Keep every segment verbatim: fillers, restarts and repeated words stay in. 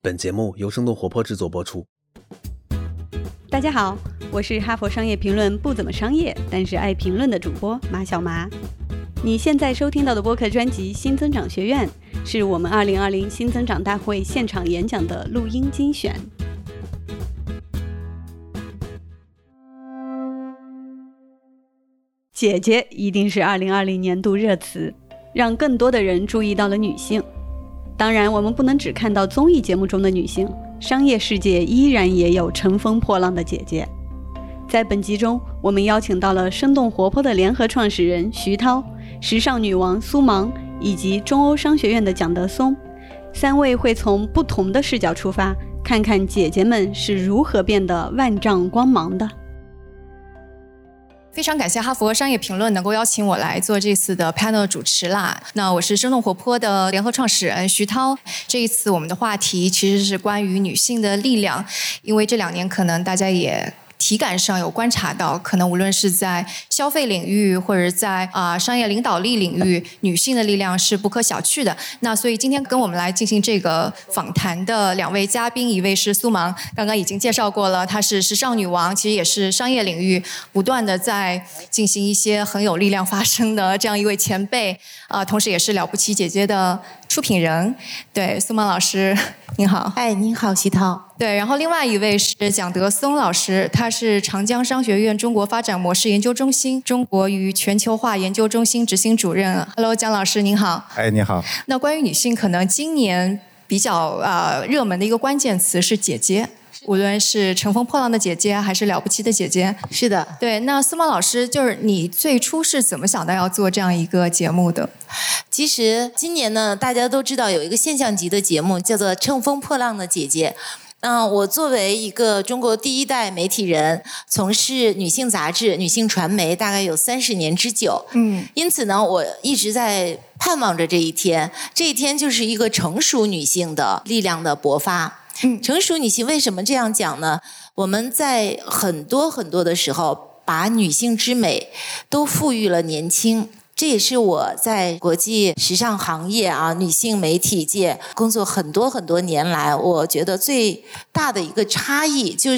本节目由生动活泼制作播出。 大家好，我是哈佛商业评论不怎么商业，但是爱评论的主播马小麻。你现在收听到的播客专辑《新增长学院》是我们二零二零新增长大会现场演讲的录音精选。姐姐一定是二零二零年度热词，让更多的人注意到了女性。当然，我们不能只看到综艺节目中的女性，商业世界依然也有乘风破浪的姐姐。在本集中，我们邀请到了生动活泼的联合创始人徐涛、时尚女王苏芒以及中欧商学院的蒋德松，三位会从不同的视角出发，看看姐姐们是如何变得万丈光芒的。 非常感谢哈佛商业评论能够邀请我来做这次的 panel 主持啦。那我是生动活泼的联合创始人徐涛。这一次我们的话题其实是关于女性的力量，因为这两年可能大家也体感上有观察到，可能无论是在消费领域或者在啊、呃、商业领导力领域，女性的力量是不可小觑的。那所以今天跟我们来进行这个访谈的两位嘉宾，一位是苏芒，刚刚已经介绍过了，她是时尚女王，其实也是商业领域不断的在进行一些很有力量发声的这样一位前辈啊、呃，同时也是了不起姐姐的出品人。对，苏芒老师您好。 哎，您好，徐涛。 对，然后另外一位是蒋德松老师，他是长江商学院中国发展模式研究中心中国与全球化研究中心执行主任。Hello， 蒋老师您好。 哎，你好。 那关于女性，可能今年比较呃热门的一个关键词是姐姐。无论是乘风破浪的姐姐还是了不起的姐姐。 是的。 对，那苏芒老师，就是你最初是怎么想到要做这样一个节目的？ 其实今年呢，大家都知道有一个现象级的节目叫做乘风破浪的姐姐。那我作为一个中国第一代媒体人，从事女性杂志、女性传媒大概有三十年之久。嗯，因此呢，我一直在盼望着这一天。这一天就是一个成熟女性的力量的勃发。嗯，成熟女性为什么这样讲呢？我们在很多很多的时候，把女性之美都赋予了年轻。这也是我在国际时尚行业啊，女性媒体界工作很多很多年来，我觉得最大的一个差异就是，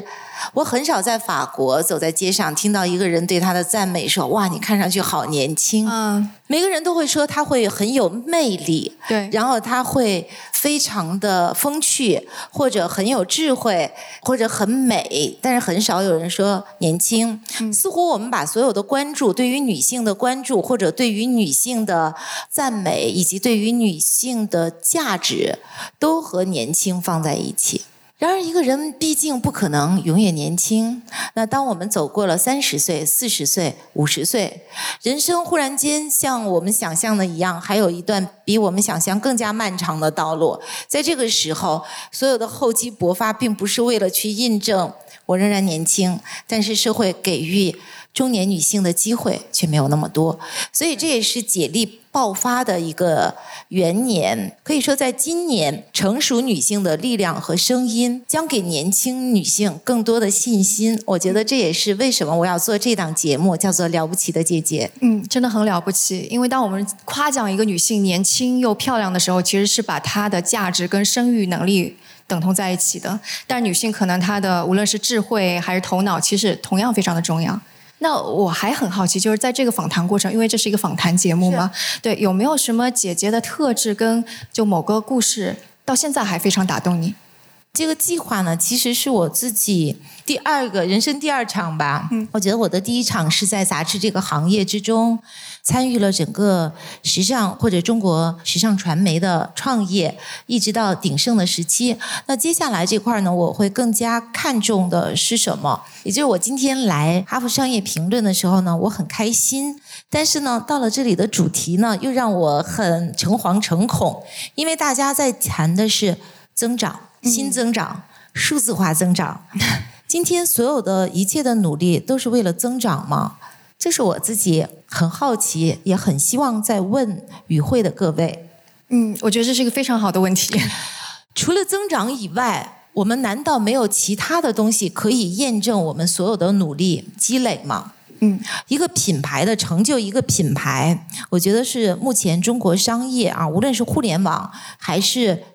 我很少在法国走在街上听到一个人对她的赞美说：“哇，你看上去好年轻。”嗯，每个人都会说她会很有魅力，对，然后她会非常的风趣，或者很有智慧，或者很美，但是很少有人说年轻。嗯，似乎我们把所有的关注，对于女性的关注，或者对于女性的赞美，以及对于女性的价值，都和年轻放在一起。然而一个人毕竟不可能永远年轻，那当我们走过了三十岁、四十岁、五十岁，人生忽然间像我们想象的一样，还有一段比我们想象更加漫长的道路。在这个时候，所有的厚积薄发并不是为了去印证我仍然年轻，但是社会给予中年女性的机会却没有那么多，所以这也是姐力爆发的一个元年。可以说在今年，成熟女性的力量和声音将给年轻女性更多的信心。我觉得这也是为什么我要做这档节目，叫做了不起的姐姐。 嗯，真的很了不起。因为当我们夸奖一个女性年轻又漂亮的时候，其实是把她的价值跟生育能力等同在一起的。但是女性可能她的无论是智慧还是头脑，其实同样非常的重要。那我还很好奇，就是在这个访谈过程，因为这是一个访谈节目嘛，对，有没有什么姐姐的特质跟就某个故事到现在还非常打动你？ 这个计划呢，其实是我自己第二个人生第二场吧。嗯，我觉得我的第一场是在杂志这个行业之中，参与了整个时尚或者中国时尚传媒的创业，一直到鼎盛的时期。那接下来这块呢，我会更加看重的是什么？也就是我今天来哈佛商业评论的时候呢，我很开心，但是呢，到了这里的主题呢，又让我很诚惶诚恐，因为大家在谈的是增长。新增长、数字化增长，今天所有的一切的努力都是为了增长吗？这是我自己很好奇，也很希望在问与会的各位。 嗯，我觉得这是一个非常好的问题。 除了增长以外，我们难道没有其他的东西可以验证我们所有的努力积累吗？嗯，一个品牌的成就，一个品牌，我觉得是目前中国商业啊，无论是互联网还是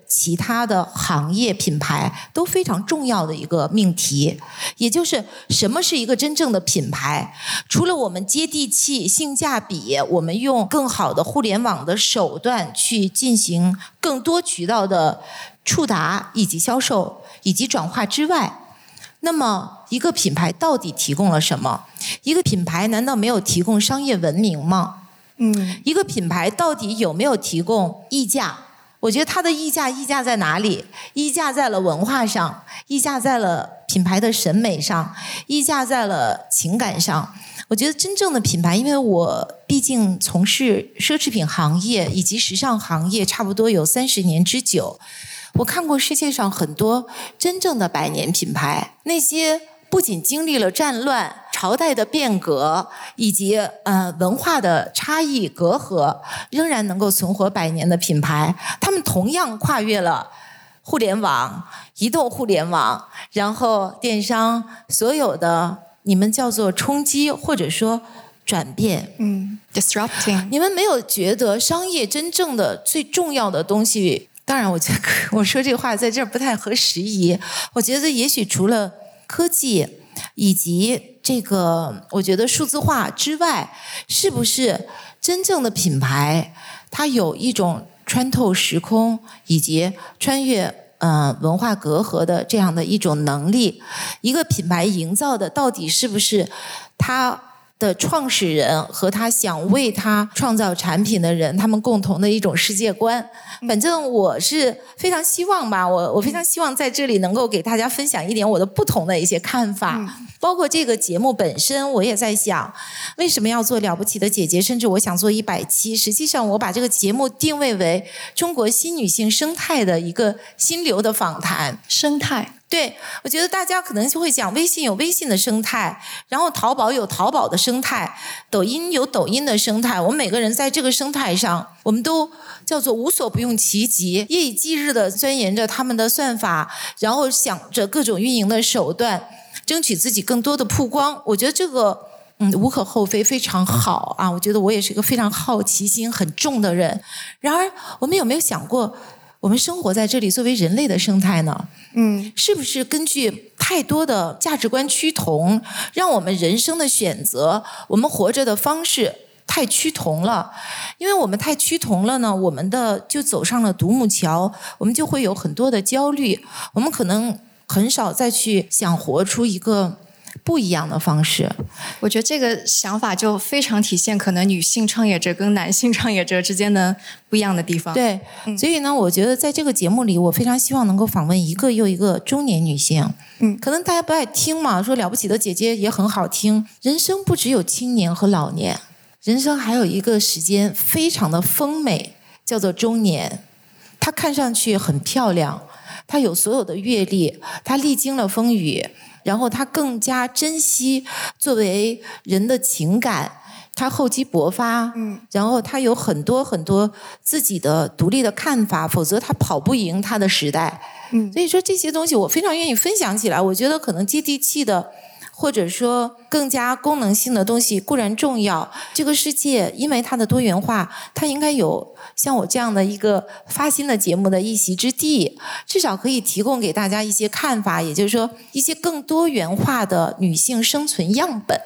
其他的行业品牌都非常重要的一个命题，也就是什么是一个真正的品牌。除了我们接地气、性价比，我们用更好的互联网的手段去进行更多渠道的触达以及销售以及转化之外，那么一个品牌到底提供了什么？一个品牌难道没有提供商业文明吗？嗯，一个品牌到底有没有提供溢价？我觉得它的溢价溢价在哪里？溢价在了文化上，溢价在了品牌的审美上，溢价在了情感上。我觉得真正的品牌，因为我毕竟从事奢侈品行业以及时尚行业差不多有三十年之久，我看过世界上很多真正的百年品牌，那些不仅经历了战乱、朝代的变革以及呃文化的差异隔阂，仍然能够存活百年的品牌，他们同样跨越了互联网、移动互联网，然后电商所有的你们叫做冲击或者说转变， 嗯 ，disrupting。 你们没有觉得商业真正的最重要的东西？当然，我觉得我说这个话在这儿不太合时宜。我觉得也许除了科技以及这个我觉得数字化之外，是不是真正的品牌它有一种穿透时空以及穿越呃文化隔阂的这样的一种能力？一个品牌营造的到底是不是它的创始人和他想为他创造产品的人他们共同的一种世界观？反正我是非常希望吧，我我非常希望在这里能够给大家分享一点我的不同的一些看法，嗯、包括这个节目本身，我也在想为什么要做了不起的姐姐，甚至我想做一百期。实际上我把这个节目定位为中国新女性生态的一个心流的访谈。 生态， 对，我觉得大家可能就会讲微信有微信的生态，然后淘宝有淘宝的生态，抖音有抖音的生态，我们每个人在这个生态上，我们都叫做无所不用其极，夜以继日的钻研着他们的算法，然后想着各种运营的手段，争取自己更多的曝光。我觉得这个嗯无可厚非，非常好啊！我觉得我也是一个非常好奇心很重的人。然而我们有没有想过，我们生活在这里作为人类的生态呢？嗯，是不是根据太多的价值观趋同，让我们人生的选择，我们活着的方式太趋同了？因为我们太趋同了呢，我们的就走上了独木桥，我们就会有很多的焦虑，我们可能很少再去想活出一个不一样的方式。 我觉得这个想法就非常体现可能女性创业者跟男性创业者之间的不一样的地方。 对，嗯、所以呢，我觉得在这个节目里，我非常希望能够访问一个又一个中年女性。嗯，可能大家不爱听嘛，说了不起的姐姐也很好听。人生不只有青年和老年，人生还有一个时间非常的丰美，叫做中年。她看上去很漂亮，她有所有的阅历，她历经了风雨。然后他更加珍惜作为人的情感，他厚积薄发，嗯，然后他有很多很多自己的独立的看法，否则他跑不赢他的时代，嗯，所以说这些东西我非常愿意分享起来。我觉得可能接地气的，或者说更加功能性的东西固然重要，这个世界因为它的多元化，它应该有像我这样的一个发新的节目的一席之地，至少可以提供给大家一些看法，也就是说一些更多元化的女性生存样本。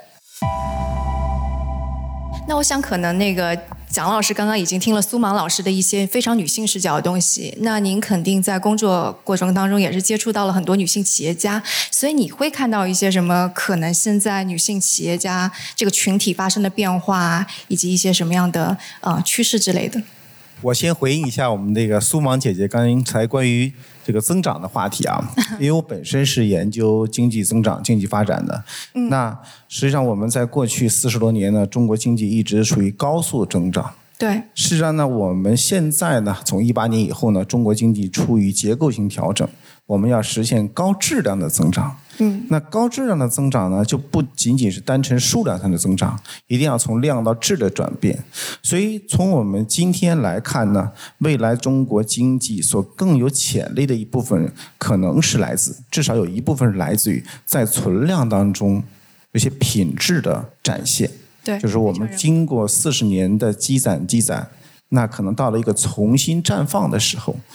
那我想可能那个蒋老师刚刚已经听了苏芒老师的一些非常女性视角的东西，那您肯定在工作过程当中也是接触到了很多女性企业家，所以你会看到一些什么可能现在女性企业家这个群体发生的变化，以及一些什么样的呃趋势之类的。 我先回应一下我们这个苏芒姐姐刚才关于这个增长的话题啊，因为我本身是研究经济增长、经济发展的。嗯、那实际上我们在过去四十多年呢，中国经济一直处于高速增长。 对， 事实上呢，我们现在呢，从一八年以后呢，中国经济处于结构性调整，我们要实现高质量的增长。嗯，那高质量的增长呢，就不仅仅是单纯数量上的增长，一定要从量到质的转变。所以从我们今天来看呢，未来中国经济所更有潜力的一部分，可能是来自，至少有一部分是来自于在存量当中有些品质的展现。 对， 就是我们经过四十年的积攒积攒，那可能到了一个重新绽放的时候。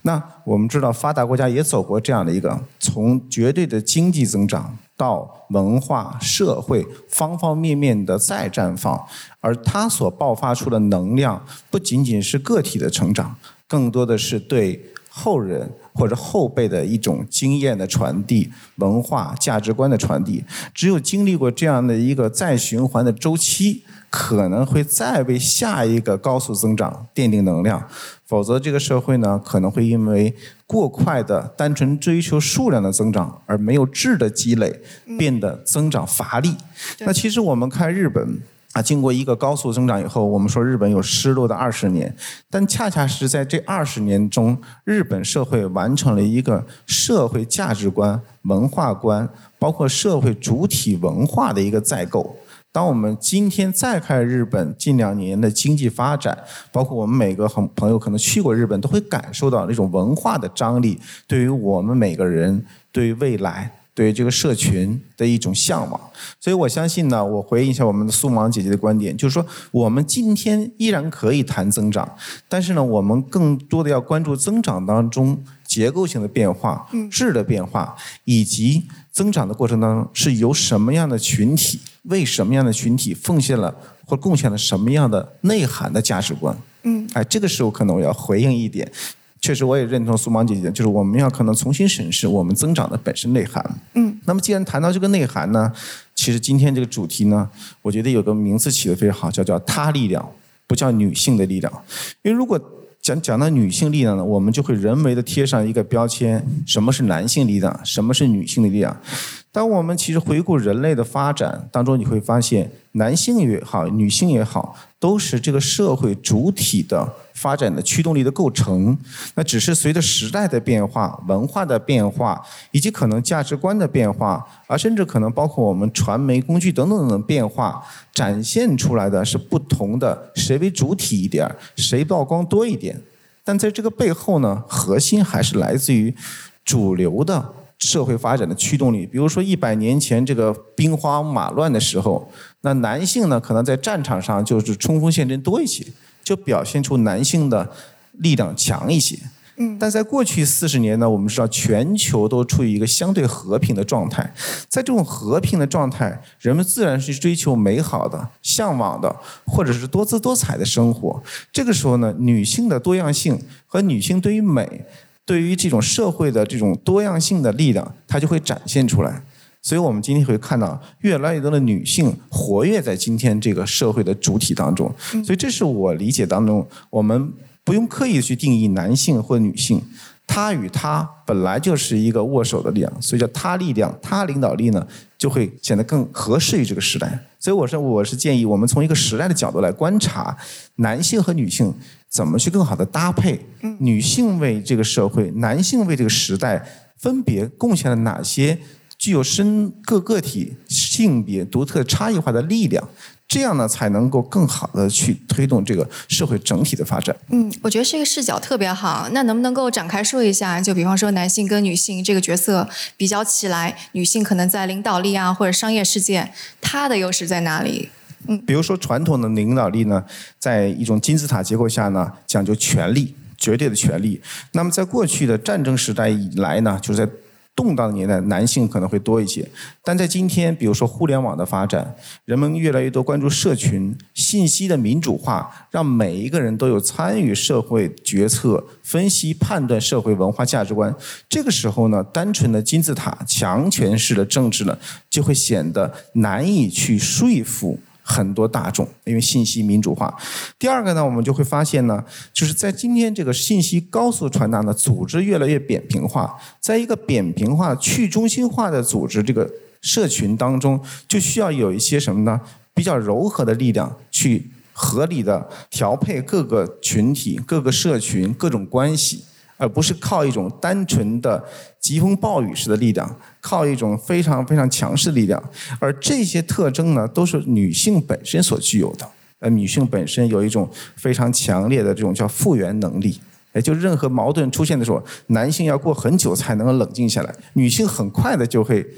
那我们知道发达国家也走过这样的一个从绝对的经济增长到文化社会方方面面的再绽放，而它所爆发出的能量不仅仅是个体的成长，更多的是对后人或者后辈的一种经验的传递，文化价值观的传递。只有经历过这样的一个再循环的周期，可能会再为下一个高速增长奠定能量，否则这个社会呢，可能会因为过快的单纯追求数量的增长而没有质的积累，变得增长乏力。那其实我们看日本啊，经过一个高速增长以后，我们说日本有失落的二十年，但恰恰是在这二十年中，日本社会完成了一个社会价值观、文化观，包括社会主体文化的一个再构。当我们今天再看日本近两年的经济发展，包括我们每个朋友可能去过日本，都会感受到那种文化的张力，对于我们每个人，对于未来，对于这个社群的一种向往。所以我相信呢，我回应一下我们的苏芒姐姐的观点，就是说我们今天依然可以谈增长，但是呢，我们更多的要关注增长当中结构性的变化、质的变化，以及增长的过程当中是由什么样的群体、为什么样的群体奉献了或贡献了什么样的内涵的价值观。嗯，哎，这个时候可能我要回应一点。确实，我也认同苏芒姐姐，就是我们要可能重新审视我们增长的本身内涵。嗯，那么既然谈到这个内涵呢，其实今天这个主题呢，我觉得有个名字起得非常好，叫叫他力量，不叫女性的力量。因为如果讲讲到女性力量呢，我们就会人为的贴上一个标签，什么是男性力量，什么是女性的力量。当我们其实回顾人类的发展当中，你会发现男性也好，女性也好，都是这个社会主体的发展的驱动力的构成。那只是随着时代的变化、文化的变化，以及可能价值观的变化，而甚至可能包括我们传媒工具等等的变化，展现出来的是不同的谁为主体一点，谁曝光多一点。但在这个背后呢，核心还是来自于主流的社会发展的驱动力。比如说一百年前这个兵荒马乱的时候，那男性呢可能在战场上就是冲锋陷阵多一些，就表现出男性的力量强一些。嗯，但在过去四十年呢，我们知道全球都处于一个相对和平的状态。在这种和平的状态，人们自然是追求美好的、向往的，或者是多姿多彩的生活。这个时候呢，女性的多样性和女性对于美、对于这种社会的这种多样性的力量，它就会展现出来。所以我们今天会看到越来越多的女性活跃在今天这个社会的主体当中。所以这是我理解当中，我们不用刻意去定义男性或女性，他与他本来就是一个握手的力量，所以叫他力量，他领导力呢就会显得更合适于这个时代。所以我说我是建议我们从一个时代的角度来观察男性和女性怎么去更好的搭配，女性为这个社会，男性为这个时代分别贡献了哪些具有深各个体性别独特差异化的力量，这样呢才能够更好的去推动这个社会整体的发展。 嗯，我觉得这个视角特别好。那能不能够展开说一下，就比方说男性跟女性这个角色比较起来，女性可能在领导力啊或者商业世界，她的优势在哪里？ 嗯，比如说传统的领导力呢，在一种金字塔结构下呢，讲究权力，绝对的权力。那么在过去的战争时代以来呢，就是在动荡的年代，男性可能会多一些。但在今天，比如说互联网的发展，人们越来越多关注社群信息的民主化，让每一个人都有参与社会决策、分析判断社会文化价值观。这个时候呢，单纯的金字塔强权式的政治呢，就会显得难以去说服很多大众，因为信息民主化。第二个呢，我们就会发现呢，就是在今天这个信息高速传达的组织越来越扁平化，在一个扁平化、去中心化的组织这个社群当中，就需要有一些什么呢？比较柔和的力量去合理的调配各个群体、各个社群、各种关系，而不是靠一种单纯的疾风暴雨式的力量，靠一种非常非常强势的力量。而这些特征呢，都是女性本身所具有的。呃，女性本身有一种非常强烈的这种叫复原能力。也就任何矛盾出现的时候，男性要过很久才能够冷静下来，女性很快的就会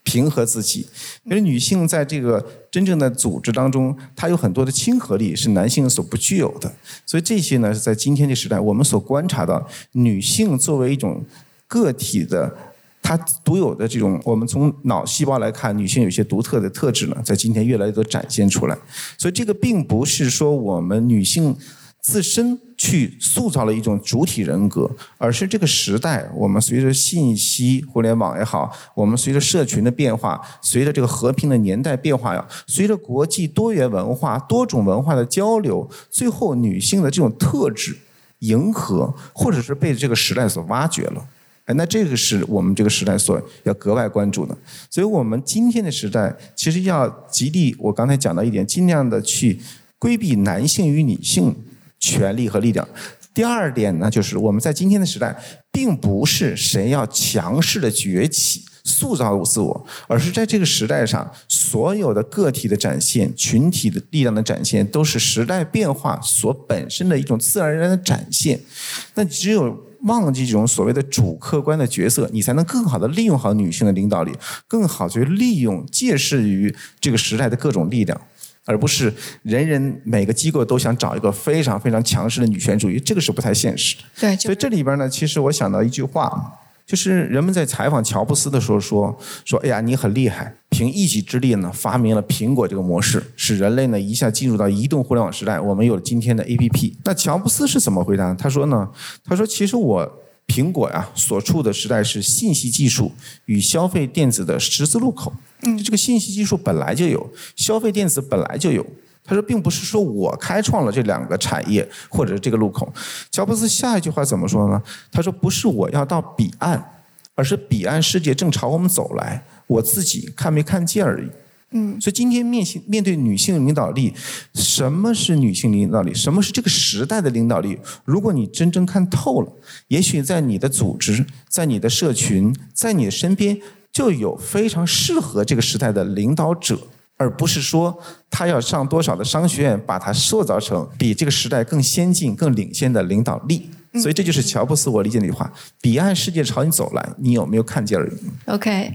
平和自己。因为女性在这个真正的组织当中，她有很多的亲和力是男性所不具有的。所以这些呢，是在今天这时代我们所观察到，女性作为一种个体的它独有的这种，我们从脑细胞来看，女性有一些独特的特质呢，在今天越来越多展现出来。所以这个并不是说我们女性自身去塑造了一种主体人格，而是这个时代，我们随着信息互联网也好，我们随着社群的变化，随着这个和平的年代变化呀，随着国际多元文化、多种文化的交流，最后女性的这种特质迎合，或者是被这个时代所挖掘了。哎，那这个是我们这个时代所要格外关注的。所以我们今天的时代其实要极力，我刚才讲到一点，尽量的去规避男性与女性权利和力量。第二点呢，就是我们在今天的时代并不是谁要强势的崛起塑造自我，而是在这个时代上所有的个体的展现、群体的力量的展现，都是时代变化所本身的一种自然而然的展现。那只有忘记这种所谓的主客观的角色，你才能更好的利用好女性的领导力，更好去利用借势于这个时代的各种力量，而不是人人每个机构都想找一个非常非常强势的女权主义，这个是不太现实的。 对， 所以这里边呢，其实我想到一句话，就是人们在采访乔布斯的时候说说，哎呀，你很厉害，凭一己之力呢发明了苹果这个模式，使人类呢一下进入到移动互联网时代，我们有了今天的 A P P。那乔布斯是怎么回答？他说呢，他说其实我苹果呀所处的时代是信息技术与消费电子的十字路口。嗯，这个信息技术本来就有，消费电子本来就有。他说并不是说我开创了这两个产业或者这个路口。乔布斯下一句话怎么说呢？他说不是我要到彼岸，而是彼岸世界正朝我们走来，我自己看没看见而已。嗯，所以今天面面对女性领导力，什么是女性领导力？什么是这个时代的领导力？如果你真正看透了，也许在你的组织、在你的社群、在你的身边，就有非常适合这个时代的领导者。而不是说他要上多少的商学院，把他塑造成比这个时代更先进、更领先的领导力。所以这就是乔布斯我理解的一句话：彼岸世界朝你走来，你有没有看见而已。 OK。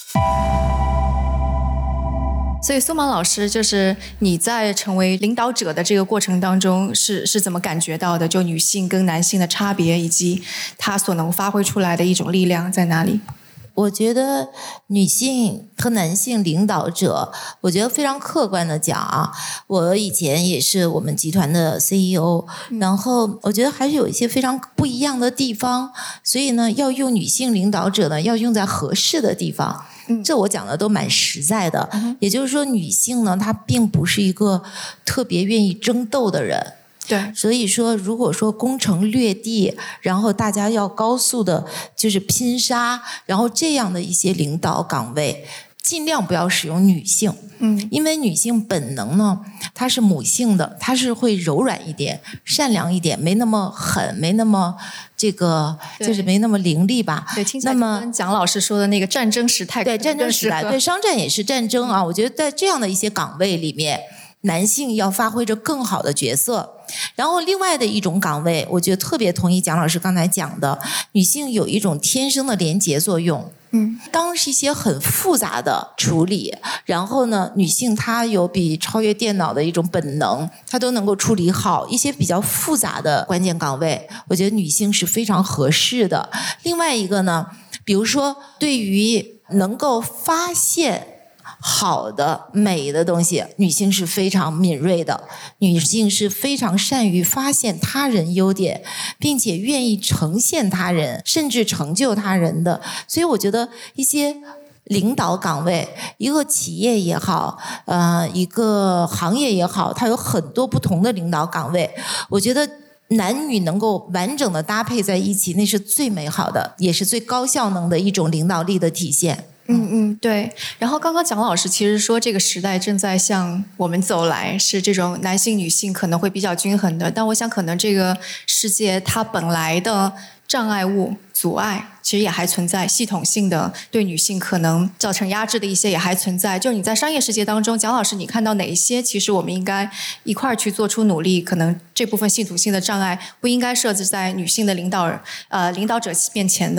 所以苏芒老师，就是你在成为领导者的这个过程当中是是怎么感觉到的？就女性跟男性的差别，以及他所能发挥出来的一种力量在哪里？ 我觉得女性和男性领导者，我觉得非常客观的讲啊，我以前也是我们集团的 C E O， 然后我觉得还是有一些非常不一样的地方，所以呢，要用女性领导者呢，要用在合适的地方。这我讲的都蛮实在的，也就是说，女性呢，她并不是一个特别愿意争斗的人。 对， 所以说，如果说攻城略地，然后大家要高速的，就是拼杀，然后这样的一些领导岗位，尽量不要使用女性。嗯，因为女性本能呢，她是母性的，她是会柔软一点、善良一点，没那么狠，没那么这个，就是没那么凌厉吧。 对，听起来跟蒋老师说的那个战争时态， 对战争时代，对商战也是战争啊。我觉得在这样的一些岗位里面，男性要发挥着更好的角色。然后另外的一种岗位，我觉得特别同意蒋老师刚才讲的，女性有一种天生的连结作用。嗯，当是一些很复杂的处理，然后呢，女性她有比超越电脑的一种本能，她都能够处理好一些比较复杂的关键岗位，我觉得女性是非常合适的。另外一个呢，比如说对于能够发现好的美的东西，女性是非常敏锐的，女性是非常善于发现他人优点，并且愿意呈现他人，甚至成就他人的。所以我觉得一些领导岗位，一个企业也好，呃，一个行业也好，它有很多不同的领导岗位，我觉得男女能够完整的搭配在一起，那是最美好的，也是最高效能的一种领导力的体现。 嗯嗯，对。然后刚刚蒋老师其实说，这个时代正在向我们走来，是这种男性女性可能会比较均衡的。但我想，可能这个世界它本来的障碍物、阻碍，其实也还存在，系统性的对女性可能造成压制的一些也还存在。就是你在商业世界当中，蒋老师，你看到哪一些其实我们应该一块儿去做出努力？可能这部分系统性的障碍不应该设置在女性的领导呃领导者面前的。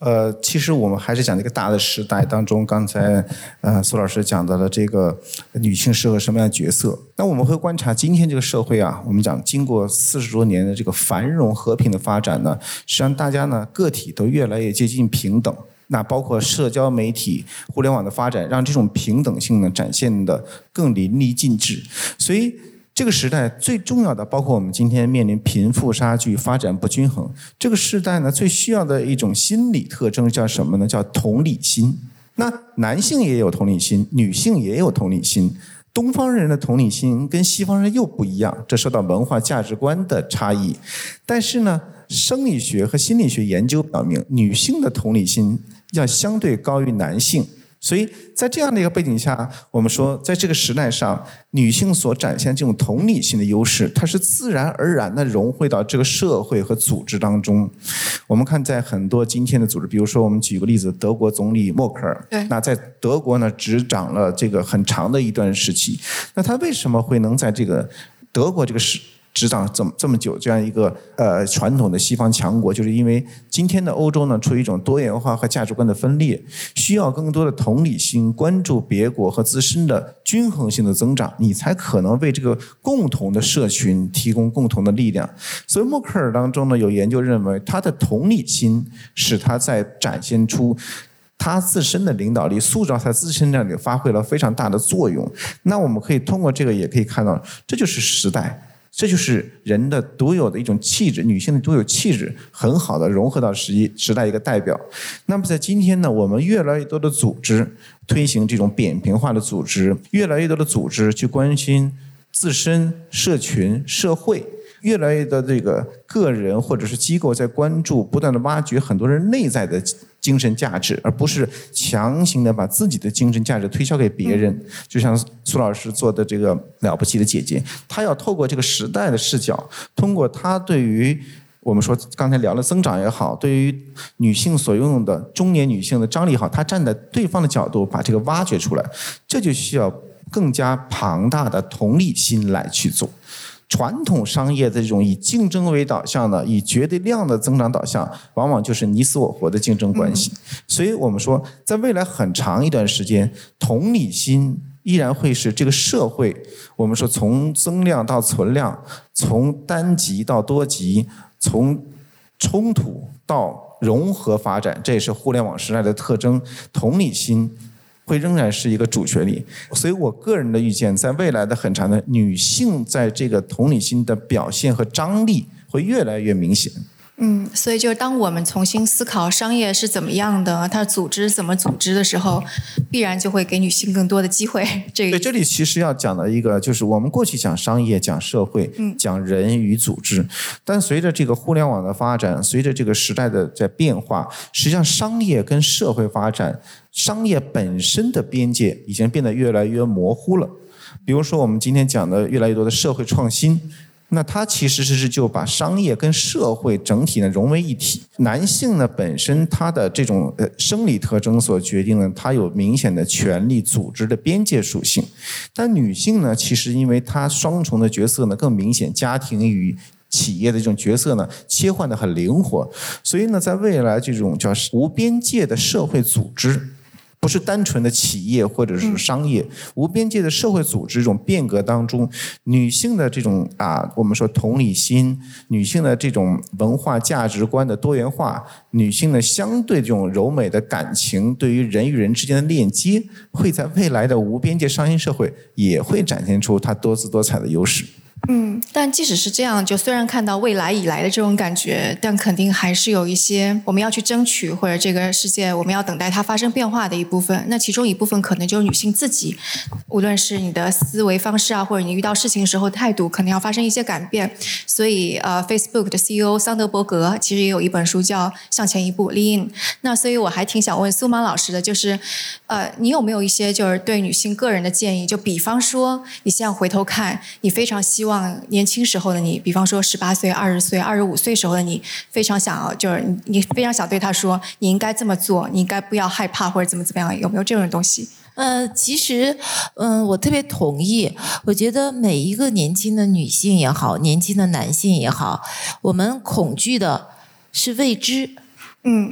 呃，其实我们还是讲这个大的时代当中，刚才呃苏老师讲到了这个女性适合什么样的角色。那我们会观察今天这个社会啊，我们讲经过四十多年的这个繁荣和平的发展呢，实际上大家呢个体都越来越接近平等。那包括社交媒体、互联网的发展，让这种平等性呢展现的更淋漓尽致。所以这个时代最重要的，包括我们今天面临贫富差距、发展不均衡，这个时代呢最需要的一种心理特征叫什么呢？叫同理心。那男性也有同理心，女性也有同理心。东方人的同理心跟西方人又不一样，这受到文化价值观的差异。但是呢，生理学和心理学研究表明，女性的同理心要相对高于男性。所以在这样的一个背景下，我们说在这个时代上，女性所展现这种同理心的优势，它是自然而然地融汇到这个社会和组织当中。我们看在很多今天的组织，比如说我们举个例子，德国总理默克尔，那在德国呢执掌了这个很长的一段时期，那他为什么会能在这个德国这个时执掌这么这么久，这样一个呃传统的西方强国，就是因为今天的欧洲呢处于一种多元化和价值观的分裂，需要更多的同理心，关注别国和自身的均衡性的增长，你才可能为这个共同的社群提供共同的力量。所以默克尔当中呢，有研究认为，他的同理心使他在展现出他自身的领导力，塑造他自身领导力发挥了非常大的作用。那我们可以通过这个也可以看到，这就是时代。这就是人的独有的一种气质，女性的独有气质，很好的融合到时时代一个代表。那么在今天呢，我们越来越多的组织推行这种扁平化的组织，越来越多的组织去关心自身、社群、社会，越来越多的这个个人或者是机构在关注，不断的挖掘很多人内在的精神价值，而不是强行的把自己的精神价值推销给别人。嗯、就像苏老师做的这个了不起的姐姐，她要透过这个时代的视角，通过她对于我们说刚才聊了增长也好，对于女性所拥有的中年女性的张力也好，她站在对方的角度把这个挖掘出来，这就需要更加庞大的同理心来去做。传统商业的这种以竞争为导向的、以绝对量的增长导向，往往就是你死我活的竞争关系。嗯、所以我们说，在未来很长一段时间，同理心依然会是这个社会，我们说从增量到存量，从单极到多极，从冲突到融合发展，这也是互联网时代的特征。同理心会仍然是一个主旋律，所以我个人的预见，在未来的很长的女性在这个同理心的表现和张力会越来越明显。 嗯，所以就是当我们重新思考商业是怎么样的，它的组织怎么组织的时候，必然就会给女性更多的机会。这个对，这里其实要讲的一个就是我们过去讲商业、讲社会、嗯、讲人与组织，但随着这个互联网的发展，随着这个时代的在变化，实际上商业跟社会发展，商业本身的边界已经变得越来越模糊了。比如说我们今天讲的越来越多的社会创新，那它其实是就把商业跟社会整体呢融为一体。男性呢本身他的这种呃生理特征所决定呢，他有明显的权力组织的边界属性，但女性呢其实因为她双重的角色呢更明显，家庭与企业的这种角色呢切换的很灵活，所以呢在未来这种叫无边界的社会组织，不是单纯的企业或者是商业，无边界的社会组织这种变革当中，女性的这种啊，我们说同理心，女性的这种文化价值观的多元化，女性的相对这种柔美的感情，对于人与人之间的链接，会在未来的无边界商业社会也会展现出它多姿多彩的优势。 嗯，但即使是这样，就虽然看到未来以来的这种感觉，但肯定还是有一些我们要去争取，或者这个世界我们要等待它发生变化的一部分。那其中一部分可能就是女性自己，无论是你的思维方式啊，或者你遇到事情时候的态度，可能要发生一些改变。所以呃 ，Facebook 的 C E O 桑德伯格其实也有一本书叫《向前一步 Lean》。那所以我还挺想问苏芒老师的，就是呃，你有没有一些就是对女性个人的建议？就比方说，你现在回头看，你非常希望年轻时候的你，比方说十八岁、二十岁、二十五岁时候的你，非常想要，就是你你非常想对他说，你应该这么做，你应该不要害怕或者怎么怎么样，有没有这种东西？ 呃，其实，嗯、呃，我特别同意。我觉得每一个年轻的女性也好，年轻的男性也好，我们恐惧的是未知。 嗯。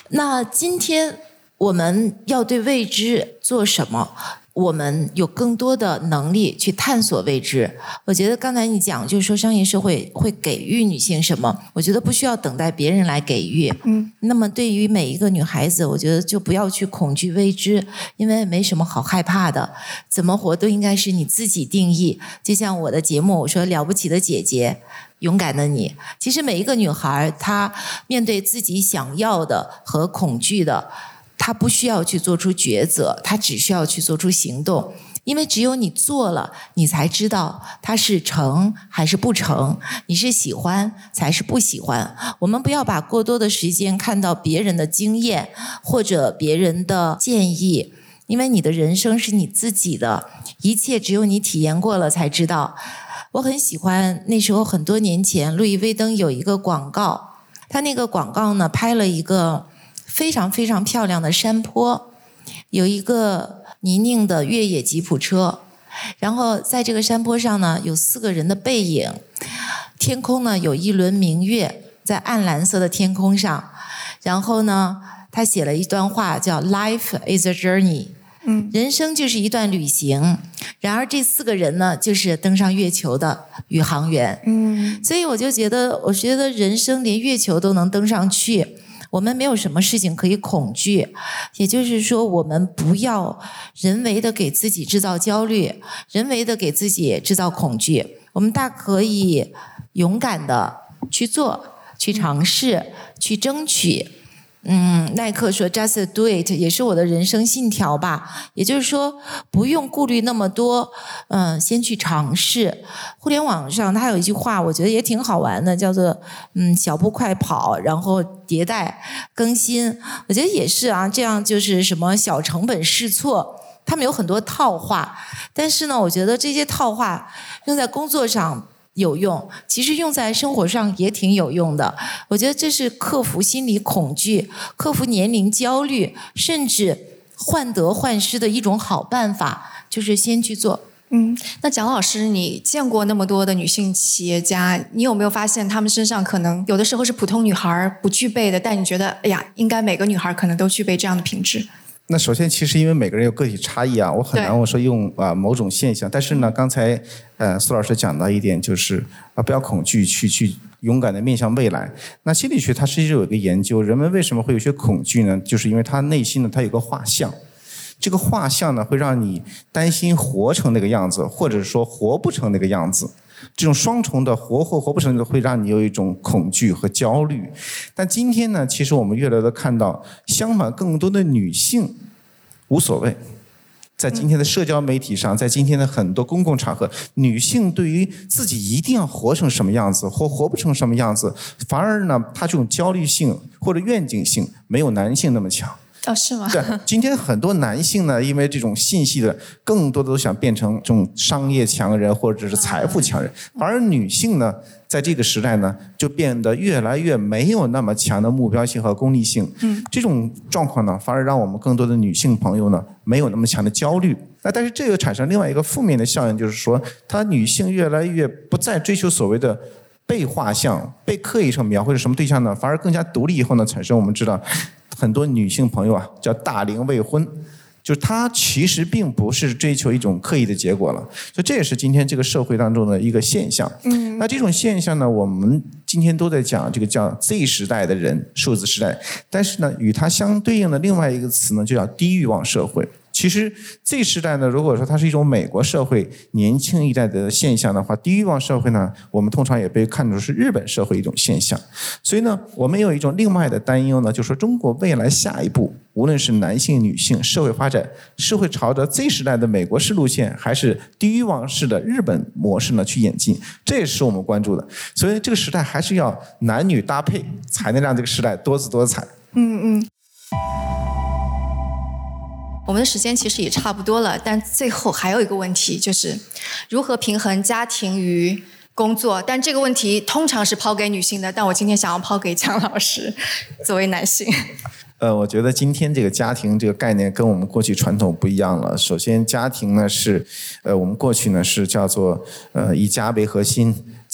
那今天我们要对未知做什么？我们有更多的能力去探索未知。我觉得刚才你讲就是说商业社会会给予女性什么，我觉得不需要等待别人来给予。嗯，那么对于每一个女孩子，我觉得就不要去恐惧未知，因为没什么好害怕的，怎么活都应该是你自己定义。就像我的节目我说了不起的姐姐，勇敢的你，其实每一个女孩她面对自己想要的和恐惧的，他不需要去做出抉择，他只需要去做出行动，因为只有你做了，你才知道它是成还是不成，你是喜欢才是不喜欢。我们不要把过多的时间看到别人的经验或者别人的建议，因为你的人生是你自己的，一切只有你体验过了才知道。我很喜欢那时候很多年前路易威登有一个广告，他那个广告呢拍了一个非常非常漂亮的山坡，有一个泥泞的越野吉普车，然后在这个山坡上呢有四个人的背影，天空呢有一轮明月在暗蓝色的天空上，然后呢他写了一段话叫 Life is a journey， 嗯，人生就是一段旅行，然而这四个人呢就是登上月球的宇航员。嗯，所以我就觉得我觉得人生连月球都能登上去，我们没有什么事情可以恐惧，也就是说我们不要人为的给自己制造焦虑，人为的给自己制造恐惧，我们大可以勇敢的去做，去尝试，去争取。嗯，耐克说 just do it 也是我的人生信条吧，也就是说不用顾虑那么多，嗯，先去尝试。互联网上它有一句话我觉得也挺好玩的，叫做嗯小步快跑，然后迭代更新。我觉得也是啊，这样就是什么小成本试错，他们有很多套话，但是呢我觉得这些套话用在工作上有用，其实用在生活上也挺有用的。我觉得这是克服心理恐惧，克服年龄焦虑，甚至患得患失的一种好办法，就是先去做。 嗯，那蒋老师，你见过那么多的女性企业家，你有没有发现她们身上可能有的时候是普通女孩不具备的，但你觉得哎呀，应该每个女孩可能都具备这样的品质？ 那首先，其实因为每个人有个体差异啊，我很难我说用啊、呃、某种现象。但是呢，刚才呃苏老师讲到一点，就是啊、呃、不要恐惧，去去勇敢的面向未来。那心理学它实际有一个研究，人们为什么会有些恐惧呢？就是因为他内心呢，他有个画像。这个画像呢，会让你担心活成那个样子，或者说活不成那个样子。这种双重的活或活不成会让你有一种恐惧和焦虑。但今天呢，其实我们越来越看到，相反，更多的女性无所谓。在今天的社交媒体上，在今天的很多公共场合，女性对于自己一定要活成什么样子或活不成什么样子，反而呢，她这种焦虑性或者愿景性没有男性那么强。 哦，是吗？ 对，今天很多男性呢，因为这种信息的，更多的都想变成这种商业强人或者是财富强人，反而女性呢，在这个时代呢，就变得越来越没有那么强的目标性和功利性。嗯，这种状况呢，反而让我们更多的女性朋友呢，没有那么强的焦虑。那但是这个产生另外一个负面的效应，就是说，她女性越来越不再追求所谓的被画像、被刻意成描绘是什么对象呢？反而更加独立以后呢，产生我们知道。很多女性朋友啊，叫大龄未婚，就是她其实并不是追求一种刻意的结果了，所以这也是今天这个社会当中的一个现象。嗯，那这种现象呢，我们今天都在讲这个叫 Z 时代的人，数字时代，但是呢，与它相对应的另外一个词呢，就叫低欲望社会。其实 Z 时代呢，如果说它是一种美国社会年轻一代的现象的话，低欲望社会呢，我们通常也被看作是日本社会一种现象。所以呢，我们有一种另外的担忧呢，就是说中国未来下一步，无论是男性、女性社会发展，是会朝着 Z 时代的美国式路线，还是低欲望式的日本模式呢去演进？这也是我们关注的。所以这个时代还是要男女搭配，才能让这个时代多姿多彩。 嗯嗯。我们的时间其实也差不多了，但最后还有一个问题，就是如何平衡家庭与工作。但这个问题通常是抛给女性的，但我今天想要抛给蒋老师，作为男性。 呃，我觉得今天这个家庭这个概念跟我们过去传统不一样了。首先，家庭呢是，呃，我们过去呢是叫做呃以家为核心。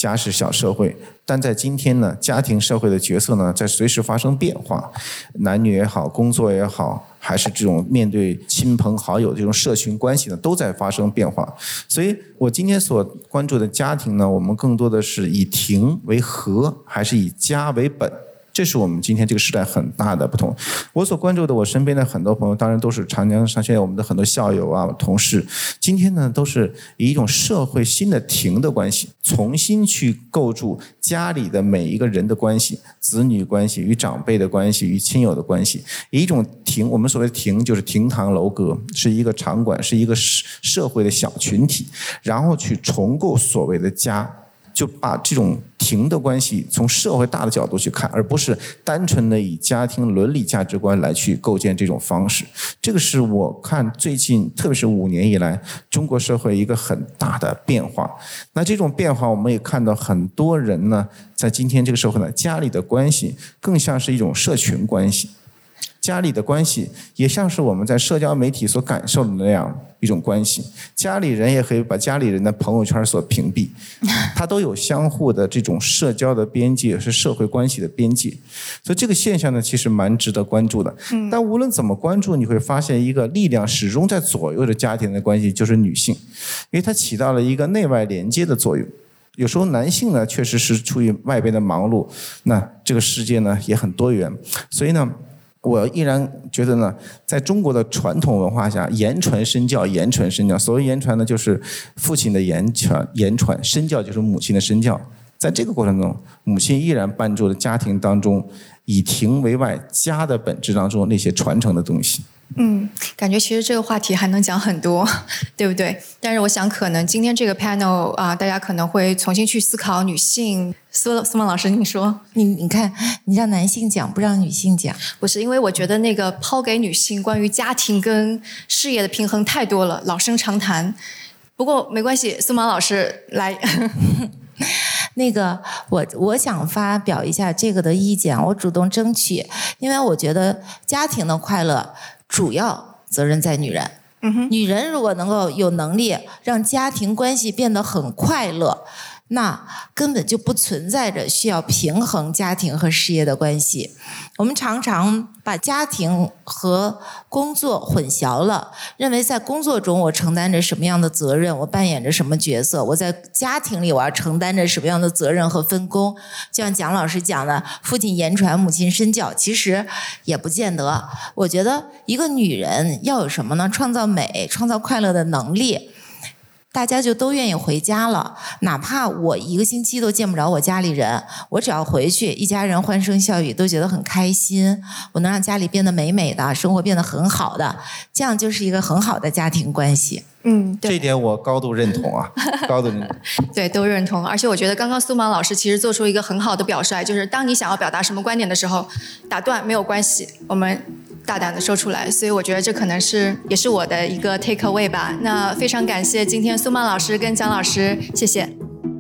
家是小社会，但在今天呢，家庭社会的角色呢在随时发生变化，男女也好，工作也好，还是这种面对亲朋好友这种社群关系呢，都在发生变化。所以我今天所关注的家庭呢，我们更多的是以庭为和，还是以家为本，这是我们今天这个时代很大的不同。我所关注的，我身边的很多朋友，当然都是长江商学院我们的很多校友啊、同事，今天呢都是以一种社会新的庭的关系，重新去构筑家里的每一个人的关系，子女关系与长辈的关系与亲友的关系，以一种庭，我们所谓的庭就是亭堂楼阁，是一个场馆，是一个社会的小群体，然后去重构所谓的家，就把这种庭的关系从社会大的角度去看，而不是单纯的以家庭伦理价值观来去构建这种方式。这个是我看最近特别是五年以来中国社会一个很大的变化。那这种变化我们也看到很多人呢，在今天这个社会呢，家里的关系更像是一种社群关系，家里的关系也像是我们在社交媒体所感受的那样一种关系，家里人也可以把家里人的朋友圈所屏蔽，它都有相互的这种社交的边界，是社会关系的边界。所以这个现象呢，其实蛮值得关注的。但无论怎么关注，你会发现一个力量始终在左右着家庭的关系，就是女性，因为它起到了一个内外连接的作用。有时候男性呢，确实是出于外边的忙碌，那这个世界呢也很多元，所以呢我依然觉得呢，在中国的传统文化下，言传身教，言传身教。所谓言传呢，就是父亲的言传，言传；身教就是母亲的身教。在这个过程中，母亲依然伴住了家庭当中以庭为外，家的本质当中那些传承的东西。 嗯，感觉其实这个话题还能讲很多，对不对？但是我想，可能今天这个 panel 啊，大家可能会重新去思考女性。苏苏梦老师，您说， 你你看，你让男性讲，不让女性讲， 不是因为我觉得那个抛给女性关于家庭跟事业的平衡太多了，老生常谈。不过没关系，苏梦老师来。 那个我我想发表一下这个的意见，我主动争取，因为我觉得家庭的快乐主要责任在女人。 嗯哼， 女人如果能够有能力让家庭关系变得很快乐，那根本就不存在着需要平衡家庭和事业的关系。我们常常把家庭和工作混淆了，认为在工作中我承担着什么样的责任，我扮演着什么角色，我在家庭里我要承担着什么样的责任和分工。就像蒋老师讲的，父亲言传，母亲身教，其实也不见得。我觉得一个女人要有什么呢？创造美，创造快乐的能力，大家就都愿意回家了。哪怕我一个星期都见不着我家里人，我只要回去，一家人欢声笑语，都觉得很开心。我能让家里变得美美的，生活变得很好的，这样就是一个很好的家庭关系。 嗯，对， 这一点我高度认同啊，高度认同。 对，都认同。而且我觉得刚刚苏芒老师其实做出一个很好的表率，就是当你想要表达什么观点的时候，打断没有关系，我们大胆的说出来。所以我觉得这可能是也是我的一个 take away 吧。那非常感谢今天苏芒老师跟蒋老师，谢谢。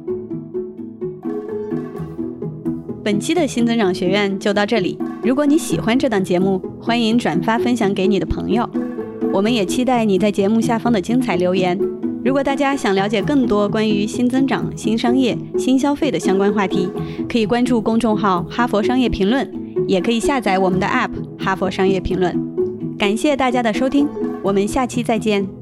本期的新增长学院就到这里。如果你喜欢这档节目，欢迎转发分享给你的朋友。我们也期待你在节目下方的精彩留言。如果大家想了解更多关于新增长、新商业、新消费的相关话题，可以关注公众号哈佛商业评论，也可以下载我们的 app 哈佛商业评论。感谢大家的收听，我们下期再见。